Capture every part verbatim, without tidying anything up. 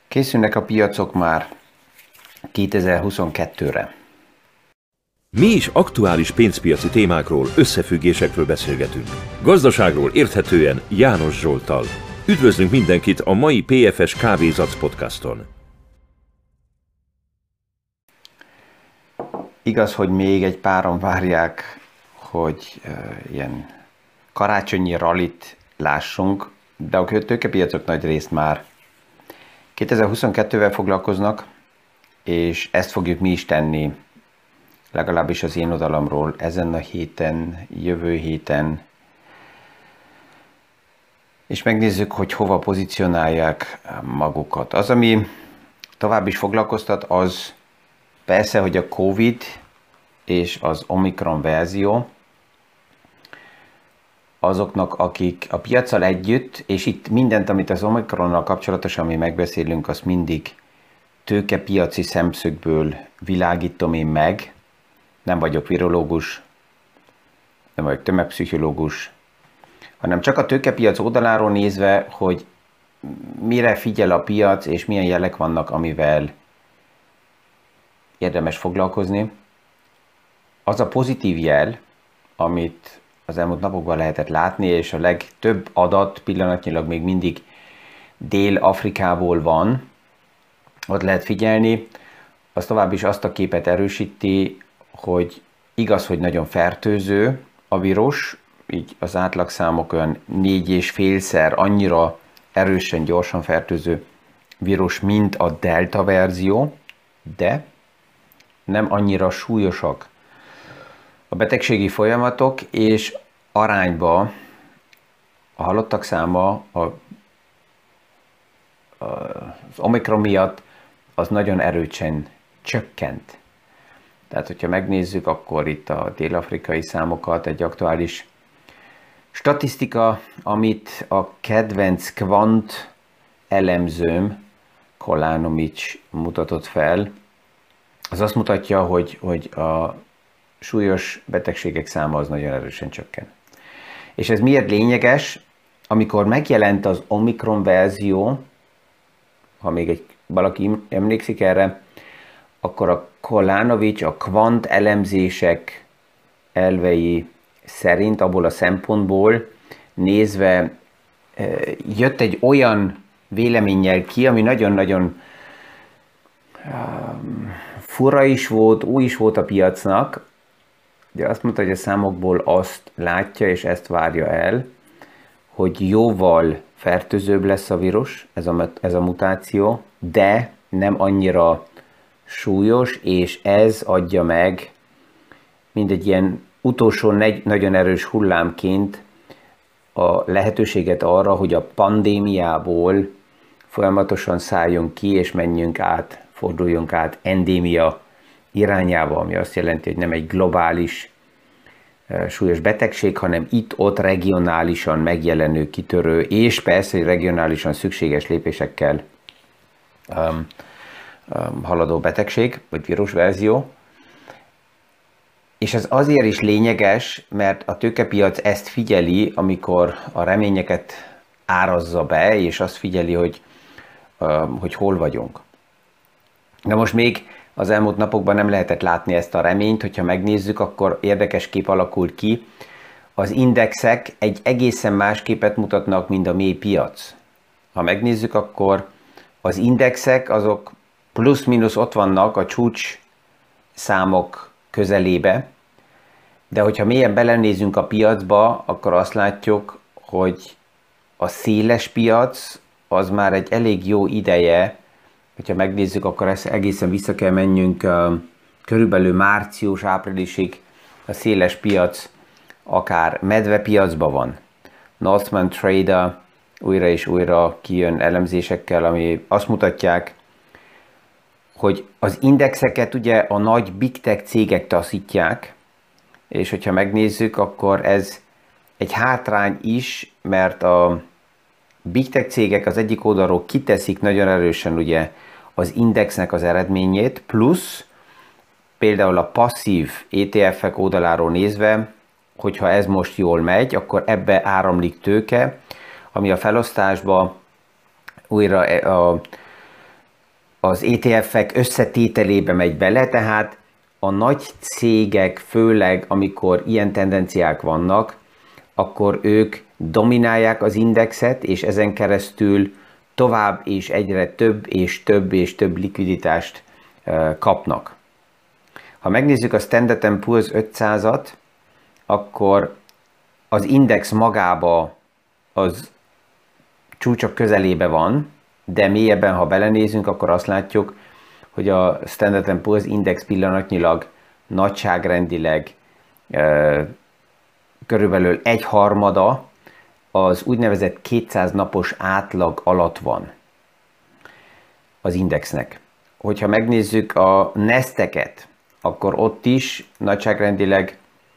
Készülnek a piacok már kétezer-huszonkettőre. Mi is aktuális pénzpiaci témákról, összefüggésekről beszélgetünk. Gazdaságról érthetően János Zsolttal. Üdvözlünk mindenkit a mai pé ef es Kávézac podcaston. Igaz, hogy még egy páran várják, hogy uh, ilyen karácsonyi rallit lássunk, de a tőkepiacok nagy részt már kétezer-huszonkettővel foglalkoznak, és ezt fogjuk mi is tenni, legalábbis az én oldalamról ezen a héten, jövő héten, és megnézzük, hogy hova pozícionálják magukat. Az, ami tovább is foglalkoztat, az persze, hogy a Covid és az Omikron verzió, azoknak, akik a piaccal együtt, és itt mindent, amit az Omikronnal kapcsolatosan mi megbeszélünk, azt mindig tőkepiaci szemszögből világítom én meg. Nem vagyok virológus, nem vagyok tömegpszichológus, hanem csak a tőkepiac oldaláról nézve, hogy mire figyel a piac, és milyen jelek vannak, amivel érdemes foglalkozni. Az a pozitív jel, amit az elmúlt napokban lehetett látni, és a legtöbb adat pillanatnyilag még mindig Dél-Afrikából van, ott lehet figyelni, az tovább is azt a képet erősíti, hogy igaz, hogy nagyon fertőző a vírus, így az átlagszámok olyan négy és félszer annyira erősen, gyorsan fertőző vírus, mint a delta verzió, de nem annyira súlyosak a betegségi folyamatok, és arányba a halottak száma a, a, az Omikron miatt az nagyon erősen csökkent. Tehát, hogyha megnézzük, akkor itt a dél-afrikai számokat, egy aktuális statisztika, amit a kedvenc kvant elemzőm, Kolánomics mutatott fel, az azt mutatja, hogy, hogy a súlyos betegségek száma az nagyon erősen csökken. És ez miért lényeges? Amikor megjelent az Omikron verzió, ha még egy, valaki emlékszik erre, akkor a Kolánovics a kvant elemzések elvei szerint, abból a szempontból nézve jött egy olyan véleménnyel ki, ami nagyon-nagyon fura is volt, új is volt a piacnak, de azt mondta, hogy a számokból azt látja és ezt várja el, hogy jóval fertőzőbb lesz a vírus, ez a, ez a mutáció, de nem annyira súlyos, és ez adja meg mindegy ilyen utolsó negy, nagyon erős hullámként a lehetőséget arra, hogy a pandémiából folyamatosan szálljunk ki, és menjünk át, forduljunk át endémia irányába, ami azt jelenti, hogy nem egy globális súlyos betegség, hanem itt-ott regionálisan megjelenő, kitörő, és persze, hogy regionálisan szükséges lépésekkel um, um, haladó betegség, vagy vírusverzió. És ez azért is lényeges, mert a tőkepiac ezt figyeli, amikor a reményeket árazza be, és azt figyeli, hogy, um, hogy hol vagyunk. Na most még az elmúlt napokban nem lehetett látni ezt a reményt, hogyha megnézzük, akkor érdekes kép alakult ki. Az indexek egy egészen más képet mutatnak, mint a mély piac. Ha megnézzük, akkor az indexek azok plusz-minusz ott vannak a csúcs számok közelébe, de hogyha mélyen belenézünk a piacba, akkor azt látjuk, hogy a széles piac az már egy elég jó ideje, hogyha megnézzük, akkor ezt egészen vissza kell menjünk uh, körülbelül március-áprilisig, a széles piac akár medvepiacban van. Northman Trader újra és újra kijön elemzésekkel, ami azt mutatják, hogy az indexeket ugye a nagy big tech cégek taszítják, és hogyha megnézzük, akkor ez egy hátrány is, mert a big tech cégek az egyik oldalról kiteszik nagyon erősen ugye az indexnek az eredményét, plusz például a passzív é té ef-ek oldaláról nézve, hogyha ez most jól megy, akkor ebbe áramlik tőke, ami a felosztásba újra a az é té ef-ek összetételébe megy bele, tehát a nagy cégek, főleg amikor ilyen tendenciák vannak, akkor ők dominálják az indexet, és ezen keresztül tovább és egyre több és több és több likviditást kapnak. Ha megnézzük a Standard and Poor's ötszázat, akkor az index magába az csúcsok közelébe van, de mélyebben, ha belenézünk, akkor azt látjuk, hogy a Standard and Poor's index pillanatnyilag nagyságrendileg e, körülbelül egy harmada az úgynevezett kétszáz napos átlag alatt van az indexnek. Hogyha megnézzük a Nasdaqet, akkor ott is nagyságrendileg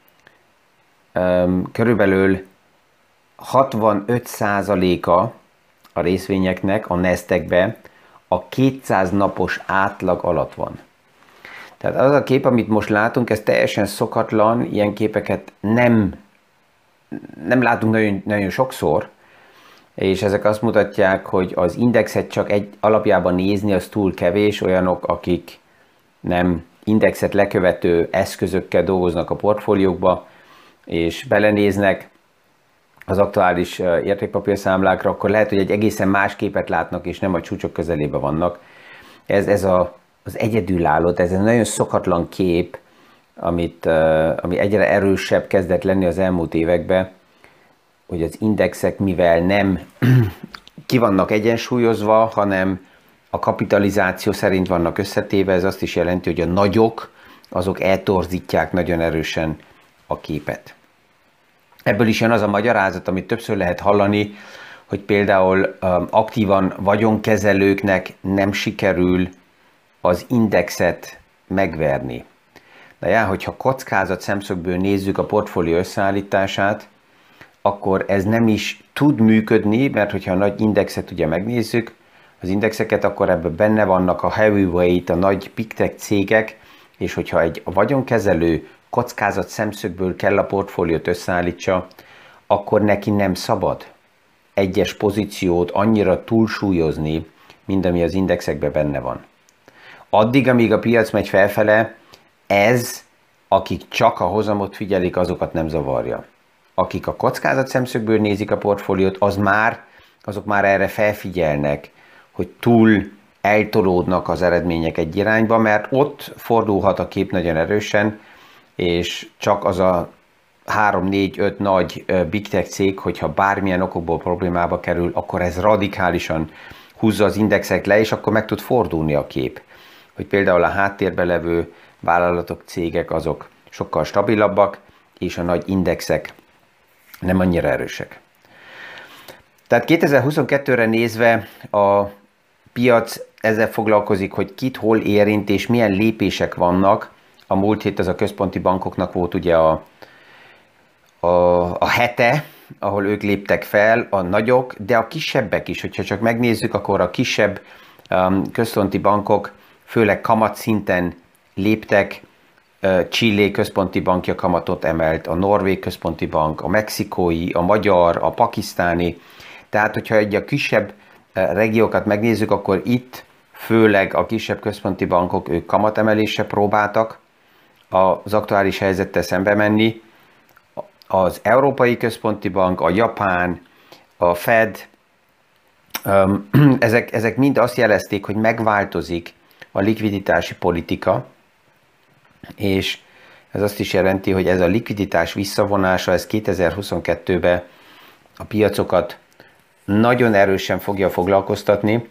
e, körülbelül hatvanöt százaléka a részvényeknek a Nasdaqbe a kétszáz napos átlag alatt van. Tehát az a kép, amit most látunk, ez teljesen szokatlan, ilyen képeket nem, nem látunk nagyon, nagyon sokszor, és ezek azt mutatják, hogy az indexet csak egy alapjában nézni, az túl kevés, olyanok, akik nem indexet lekövető eszközökkel dolgoznak a portfóliókba, és belenéznek az aktuális értékpapírszámlákra, akkor lehet, hogy egy egészen más képet látnak, és nem a csúcsok közelébe vannak. Ez, ez a, az egyedülálló, ez egy nagyon szokatlan kép, amit, ami egyre erősebb kezdett lenni az elmúlt években, hogy az indexek, mivel nem ki vannak egyensúlyozva, hanem a kapitalizáció szerint vannak összetéve, ez azt is jelenti, hogy a nagyok, azok eltorzítják nagyon erősen a képet. Ebből is jön az a magyarázat, amit többször lehet hallani, hogy például um, aktívan vagyonkezelőknek nem sikerül az indexet megverni. De já, hogyha kockázat szemszögből nézzük a portfólió összeállítását, akkor ez nem is tud működni, mert hogyha a nagy indexet ugye megnézzük, az indexeket, akkor ebben benne vannak a heavyweight, a nagy big tech cégek, és hogyha egy vagyonkezelő kockázat szemszögből kell a portfóliót összeállítsa, akkor neki nem szabad egyes pozíciót annyira túlsúlyozni, mint ami az indexekben benne van. Addig, amíg a piac megy felfele, ez, akik csak a hozamot figyelik, azokat nem zavarja. Akik a kockázat szemszögből nézik a portfóliót, az már, azok már erre felfigyelnek, hogy túl eltolódnak az eredmények egy irányba, mert ott fordulhat a kép nagyon erősen, és csak az a három négy öt nagy big tech cég, hogyha bármilyen okokból problémába kerül, akkor ez radikálisan húzza az indexek le, és akkor meg tud fordulni a kép. Hogy például a háttérben levő vállalatok, cégek, azok sokkal stabilabbak, és a nagy indexek nem annyira erősek. Tehát kétezer-huszonkettőre nézve a piac ezzel foglalkozik, hogy kit hol érint, és milyen lépések vannak. A múlt hét az a központi bankoknak volt ugye a, a, a hete, ahol ők léptek fel, a nagyok, de a kisebbek is. Hogyha csak megnézzük, akkor a kisebb um, központi bankok főleg kamatszinten léptek. uh, Chile központi bankja kamatot emelt, a norvég központi bank, a mexikói, a magyar, a pakisztáni. Tehát, hogyha egy a kisebb uh, regiókat megnézzük, akkor itt főleg a kisebb központi bankok, ők kamatemelésre próbáltak az aktuális helyzettel szembe menni. Az Európai Központi Bank, a Japán, a Fed, ezek, ezek mind azt jelezték, hogy megváltozik a likviditási politika, és ez azt is jelenti, hogy ez a likviditás visszavonása, ez kétezer-huszonkettőben a piacokat nagyon erősen fogja foglalkoztatni,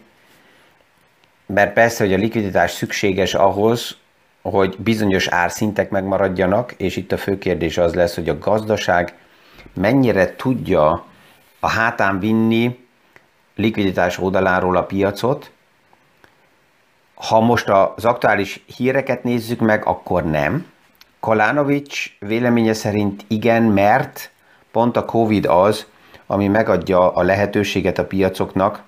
mert persze, hogy a likviditás szükséges ahhoz, hogy bizonyos árszintek megmaradjanak, és itt a fő kérdés az lesz, hogy a gazdaság mennyire tudja a hátán vinni likviditás oldaláról a piacot. Ha most az aktuális híreket nézzük meg, akkor nem. Kolanovics véleménye szerint igen, mert pont a Covid az, ami megadja a lehetőséget a piacoknak.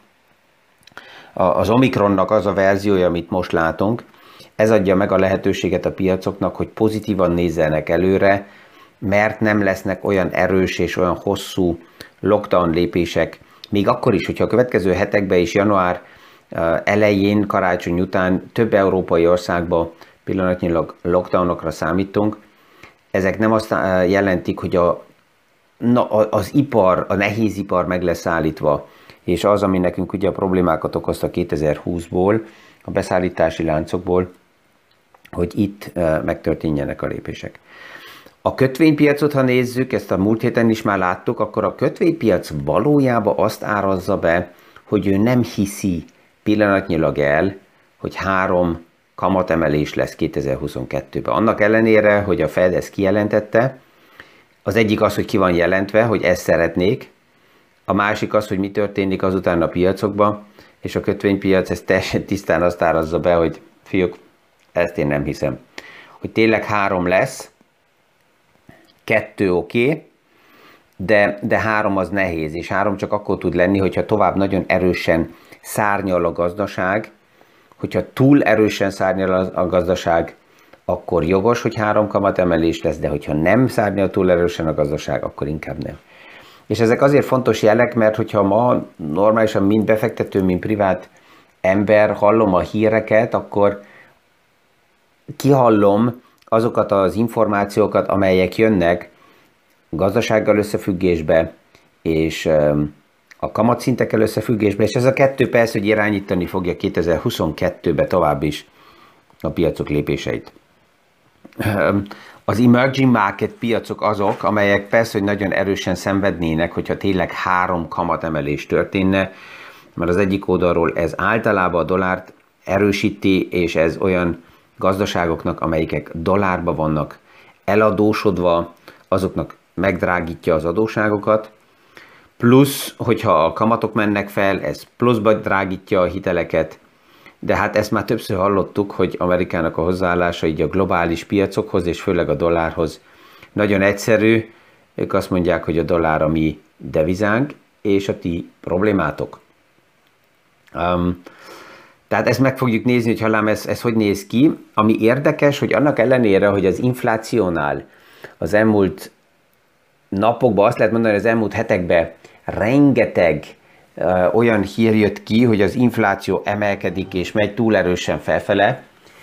Az Omikronnak az a verziója, amit most látunk, ez adja meg a lehetőséget a piacoknak, hogy pozitívan nézzenek előre, mert nem lesznek olyan erős és olyan hosszú lockdown lépések, még akkor is, hogyha a következő hetekben is január elején, karácsony után több európai országban pillanatnyilag lockdownokra számítunk. Ezek nem azt jelentik, hogy a, na, az ipar, a nehézipar meg lesz állítva, és az, ami nekünk ugye a problémákat okozta kétezer-húszból, a beszállítási láncokból, hogy itt megtörténjenek a lépések. A kötvénypiacot, ha nézzük, ezt a múlt héten is már láttuk, akkor a kötvénypiac valójában azt árazza be, hogy ő nem hiszi pillanatnyilag el, hogy három kamatemelés lesz kétezer-huszonkettőben. Annak ellenére, hogy a Fed ezt kijelentette, az egyik az, hogy ki van jelentve, hogy ezt szeretnék, a másik az, hogy mi történik azután a piacokban, és a kötvénypiac ezt teljesen tisztán azt árazza be, hogy fiúk, ezt én nem hiszem. Hogy tényleg három lesz, kettő oké, okay, de, de három az nehéz, és három csak akkor tud lenni, hogyha tovább nagyon erősen szárnyal a gazdaság, hogyha túl erősen szárnyal a gazdaság, akkor jogos, hogy három kamatemelés lesz, de hogyha nem szárnyal túl erősen a gazdaság, akkor inkább nem. És ezek azért fontos jelek, mert hogyha ma normálisan mind befektető, mind privát ember hallom a híreket, akkor kihallom azokat az információkat, amelyek jönnek gazdasággal összefüggésbe, és a kamatszintekkel összefüggésbe, és ez a kettő persze, hogy irányítani fogja kétezer-huszonkettőben tovább is a piacok lépéseit. Az emerging market piacok azok, amelyek persze, hogy nagyon erősen szenvednének, hogyha tényleg három kamatemelés történne, mert az egyik oldalról ez általában a dollárt erősíti, és ez olyan gazdaságoknak, amelyek dollárba vannak eladósodva, azoknak megdrágítja az adóságokat, plusz, hogyha a kamatok mennek fel, ez pluszba drágítja a hiteleket, de hát ezt már többször hallottuk, hogy Amerikának a hozzáállása így a globális piacokhoz, és főleg a dollárhoz nagyon egyszerű. Ők azt mondják, hogy a dollár a mi devizánk, és a ti problémátok. Um, tehát ezt meg fogjuk nézni, hogy hallám, ez, ez hogy néz ki. Ami érdekes, hogy annak ellenére, hogy az inflációnál az elmúlt napokban, azt lehet mondani, hogy az elmúlt hetekben rengeteg uh, olyan hír jött ki, hogy az infláció emelkedik és megy túl erősen felfele.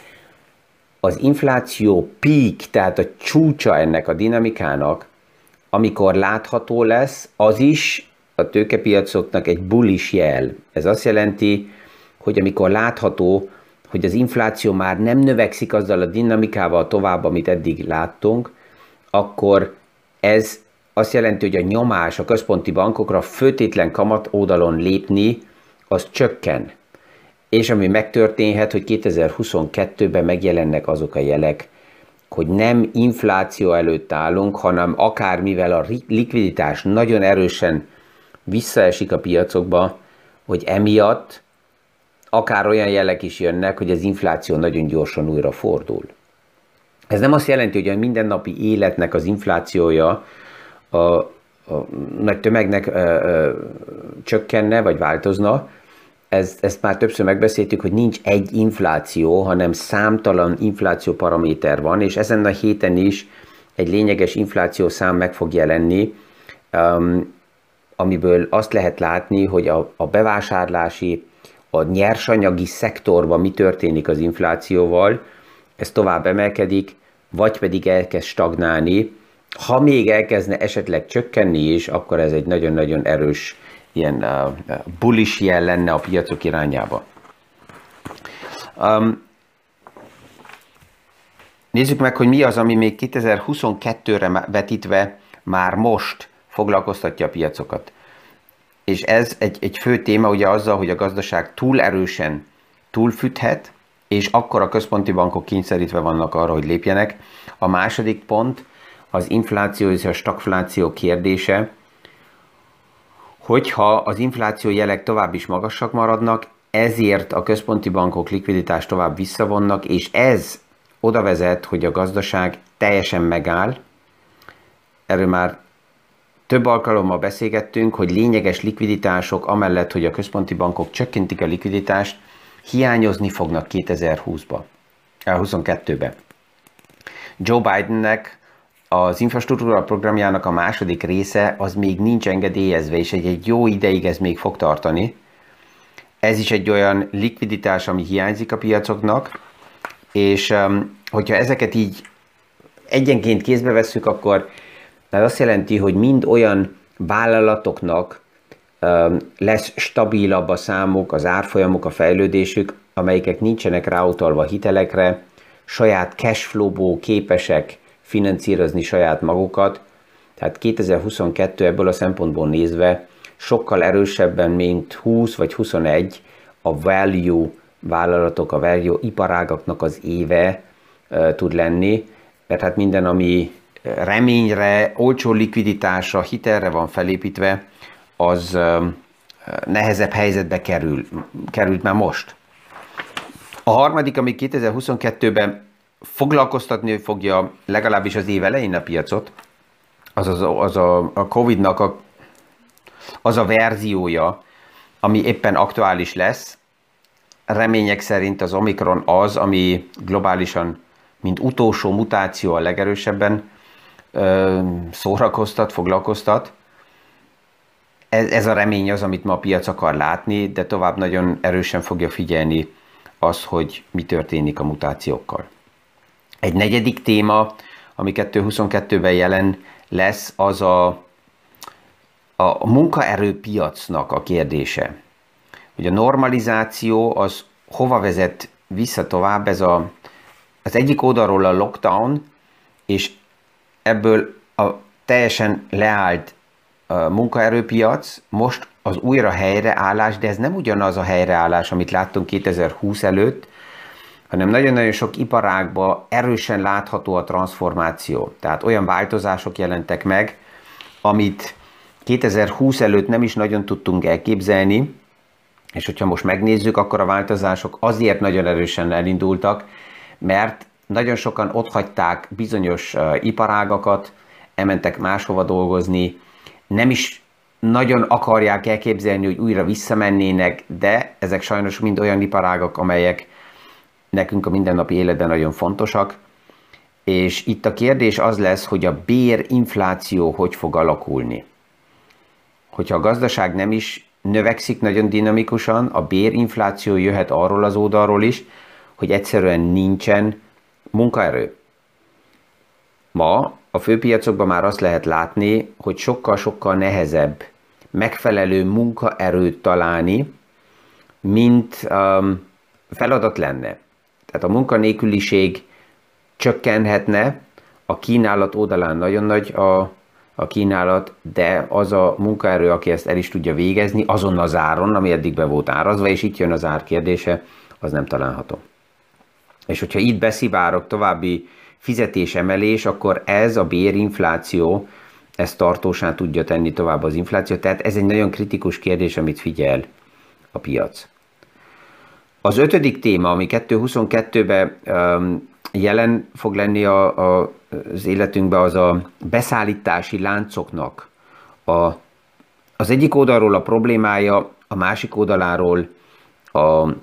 Az infláció peak, tehát a csúcsa ennek a dinamikának, amikor látható lesz, az is a tőkepiacoknak egy bullish jel. Ez azt jelenti, hogy amikor látható, hogy az infláció már nem növekszik azzal a dinamikával tovább, amit eddig láttunk, akkor ez azt jelenti, hogy a nyomás a központi bankokra föltétlen kamat oldalon lépni, az csökken. És ami megtörténhet, hogy kétezer-huszonkettőben megjelennek azok a jelek, hogy nem infláció előtt állunk, hanem akár mivel a likviditás nagyon erősen visszaesik a piacokba, hogy emiatt akár olyan jelek is jönnek, hogy az infláció nagyon gyorsan újra fordul. Ez nem azt jelenti, hogy a mindennapi életnek az inflációja a, a nagy tömegnek ö, ö, csökkenne, vagy változna. Ez, ezt már többször megbeszéltük, hogy nincs egy infláció, hanem számtalan infláció paraméter van, és ezen a héten is egy lényeges infláció szám meg fog jelenni, um, amiből azt lehet látni, hogy a, a bevásárlási, a nyersanyagi szektorban mi történik az inflációval, ez tovább emelkedik, vagy pedig elkezd stagnálni. Ha még elkezdne esetleg csökkenni is, akkor ez egy nagyon-nagyon erős ilyen uh, bullish jel lenne a piacok irányába. Um, nézzük meg, hogy mi az, ami még kétezer-huszonkettőre vetítve már most foglalkoztatja a piacokat. És ez egy, egy fő téma ugye azzal, hogy a gazdaság túl erősen túlfűthet, és akkor a központi bankok kényszerítve vannak arra, hogy lépjenek. A második pont az infláció és a stagfláció kérdése, hogyha az infláció jelek tovább is magasak maradnak, ezért a központi bankok likviditást tovább visszavonnak, és ez oda vezet, hogy a gazdaság teljesen megáll. Erről már több alkalommal beszélgettünk, hogy lényeges likviditások, amellett, hogy a központi bankok csökkentik a likviditást, hiányozni fognak kétezer-húszban, huszonkettőben. Joe Bidennek az infrastruktúra programjának a második része az még nincs engedélyezve, és egy, egy jó ideig ez még fog tartani. ez is egy olyan likviditás, ami hiányzik a piacoknak, és hogyha ezeket így egyenként kézbe vesszük, akkor ez azt jelenti, hogy mind olyan vállalatoknak lesz stabilabb a számuk, az árfolyamuk, a fejlődésük, amelyek nincsenek ráutalva hitelekre, saját cashflow-ból képesek finanszírozni saját magukat. Tehát kétezer-huszonkettő ebből a szempontból nézve sokkal erősebben, mint húsz vagy huszonegy a value vállalatok, a value iparágaknak az éve uh, tud lenni, mert hát minden, ami reményre, olcsó likviditásra, hitelre van felépítve, az uh, nehezebb helyzetbe kerül, került már most. A harmadik, ami kétezer-huszonkettőben foglalkoztatni fogja legalábbis az év elején a piacot, az, az, az a, a Covid-nak a, az a verziója, ami éppen aktuális lesz. Remények szerint az Omikron az, ami globálisan, mint utolsó mutáció a legerősebben ö, szórakoztat, foglalkoztat. Ez, ez a remény az, amit ma a piac akar látni, de tovább nagyon erősen fogja figyelni az, hogy mi történik a mutációkkal. Egy negyedik téma, ami kétezer-huszonkettőben jelen lesz, az a, a munkaerőpiacnak a kérdése. Hogy a normalizáció az hova vezet vissza tovább, ez a, az egyik oldalról a lockdown, és ebből a teljesen leállt a munkaerőpiac, most az újra helyreállás, de ez nem ugyanaz a helyreállás, amit láttunk kétezer-húsz előtt, hanem nagyon-nagyon sok iparágban erősen látható a transformáció. Tehát olyan változások jelentek meg, amit kétezer-húsz előtt nem is nagyon tudtunk elképzelni, és hogyha most megnézzük, akkor a változások azért nagyon erősen elindultak, mert nagyon sokan otthagyták bizonyos uh, iparágakat, elmentek máshova dolgozni, nem is nagyon akarják elképzelni, hogy újra visszamennének, de ezek sajnos mind olyan iparágak, amelyek nekünk a mindennapi életben nagyon fontosak, és itt a kérdés az lesz, hogy a bérinfláció hogy fog alakulni. Hogyha a gazdaság nem is növekszik nagyon dinamikusan, a bérinfláció jöhet arról az oldalról is, hogy egyszerűen nincsen munkaerő. Ma a főpiacokban már azt lehet látni, hogy sokkal-sokkal nehezebb megfelelő munkaerőt találni, mint um, feladat lenne. Tehát a munkanélküliség csökkenhetne, a kínálat oldalán nagyon nagy a, a kínálat, de az a munkaerő, aki ezt el is tudja végezni, azon az áron, ami eddig be volt árazva, és itt jön az ár kérdése, az nem található. És hogyha itt beszivárok további fizetésemelés, akkor ez a bérinfláció, ez tartósán tudja tenni tovább az inflációt, tehát ez egy nagyon kritikus kérdés, amit figyel a piac. Az ötödik téma, ami kétezer-huszonkettőben um, jelen fog lenni a, a, az életünkben, az a beszállítási láncoknak a, az egyik oldalról a problémája, a másik oldaláról a,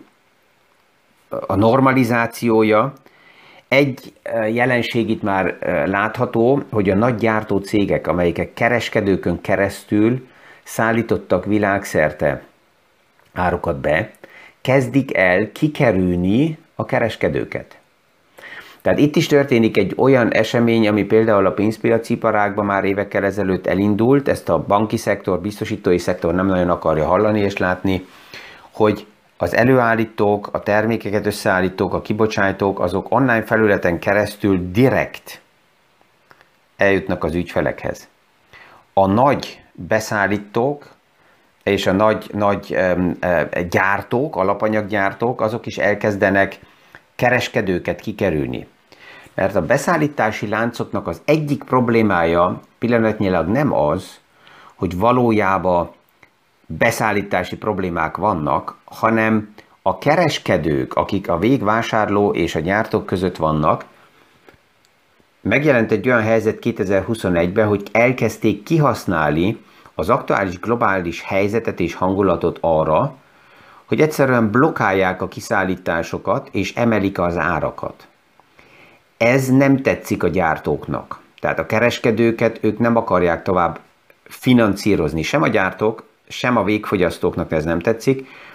a normalizációja. Egy jelenség itt már látható, hogy a nagy gyártó cégek, amelyek kereskedőkön keresztül szállítottak világszerte árukat be, kezdik el kikerülni a kereskedőket. Tehát itt is történik egy olyan esemény, ami például a pénzpiaci iparágban már évekkel ezelőtt elindult, ezt a banki szektor, biztosítói szektor nem nagyon akarja hallani és látni, hogy az előállítók, a termékeket összeállítók, a kibocsátók, azok online felületen keresztül direkt eljutnak az ügyfelekhez. A nagy beszállítók és a nagy, nagy um, uh, gyártók, alapanyaggyártók, azok is elkezdenek kereskedőket kikerülni. Mert a beszállítási láncoknak az egyik problémája pillanatnyilag nem az, hogy valójában beszállítási problémák vannak, hanem a kereskedők, akik a végvásárló és a gyártók között vannak, megjelent egy olyan helyzet kétezer-huszonegyben, hogy elkezdték kihasználni az aktuális globális helyzetet és hangulatot arra, hogy egyszerűen blokkálják a kiszállításokat és emelik az árakat. Ez nem tetszik a gyártóknak. Tehát a kereskedőket ők nem akarják tovább finanszírozni, sem a gyártók, sem a végfogyasztóknak ez nem tetszik,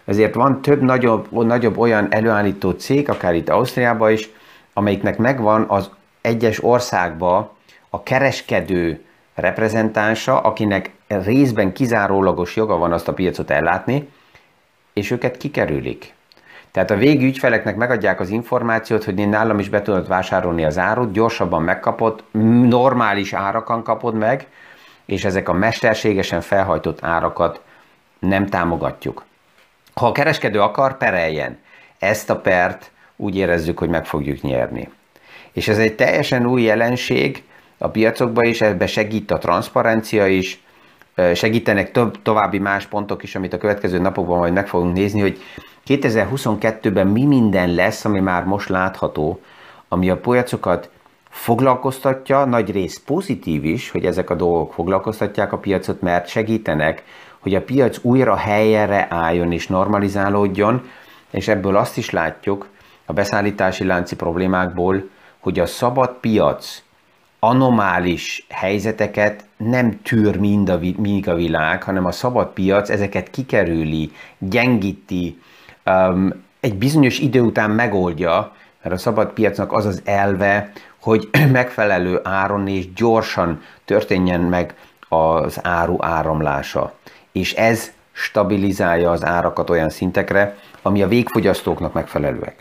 Ezért van több nagyobb, nagyobb olyan előállító cég, akár itt Ausztriában is, amelyiknek megvan az egyes országban a kereskedő reprezentánsa, akinek részben kizárólagos joga van azt a piacot ellátni, és őket kikerülik. Tehát a végügyfeleknek megadják az információt, hogy én nálam is be tudod vásárolni az árut, gyorsabban megkapod, normális árakon kapod meg, és ezek a mesterségesen felhajtott árakat nem támogatjuk. Ha a kereskedő akar, pereljen. Ezt a pert úgy érezzük, hogy meg fogjuk nyerni. És ez egy teljesen új jelenség a piacokban is, ebbe segít a transzparencia is, segítenek több további más pontok is, amit a következő napokban majd meg fogunk nézni, hogy kétezer-huszonkettőben mi minden lesz, ami már most látható, ami a piacokat foglalkoztatja, nagy rész pozitív is, hogy ezek a dolgok foglalkoztatják a piacot, mert segítenek, hogy a piac újra helyre álljon és normalizálódjon, és ebből azt is látjuk a beszállítási lánci problémákból, hogy a szabad piac anomális helyzeteket nem tűr mind a, mind a világ, hanem a szabad piac ezeket kikerüli, gyengíti, um, egy bizonyos idő után megoldja, mert a szabad piacnak az az elve, hogy megfelelő áron és gyorsan történjen meg az áru áramlása. És ez stabilizálja az árakat olyan szintekre, ami a végfogyasztóknak megfelelőek.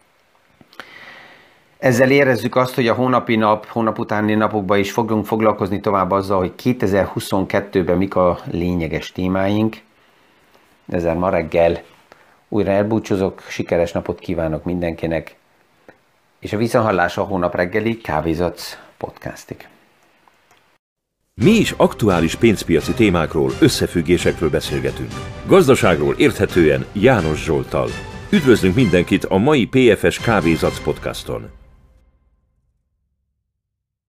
Ezzel érezzük azt, hogy a hónapi nap, hónap utáni napokban is fogunk foglalkozni tovább azzal, hogy kétezer-huszonkettőben mik a lényeges témáink. Ezzel ma reggel újra elbúcsúzok, sikeres napot kívánok mindenkinek, és a viszonthallásra a hónap reggeli Kávézac podcastig. Mi is aktuális pénzpiaci témákról, összefüggésekről beszélgetünk. Gazdaságról érthetően János Zsolttal. Üdvözlünk mindenkit a mai pé ef es Kávézac podcaston!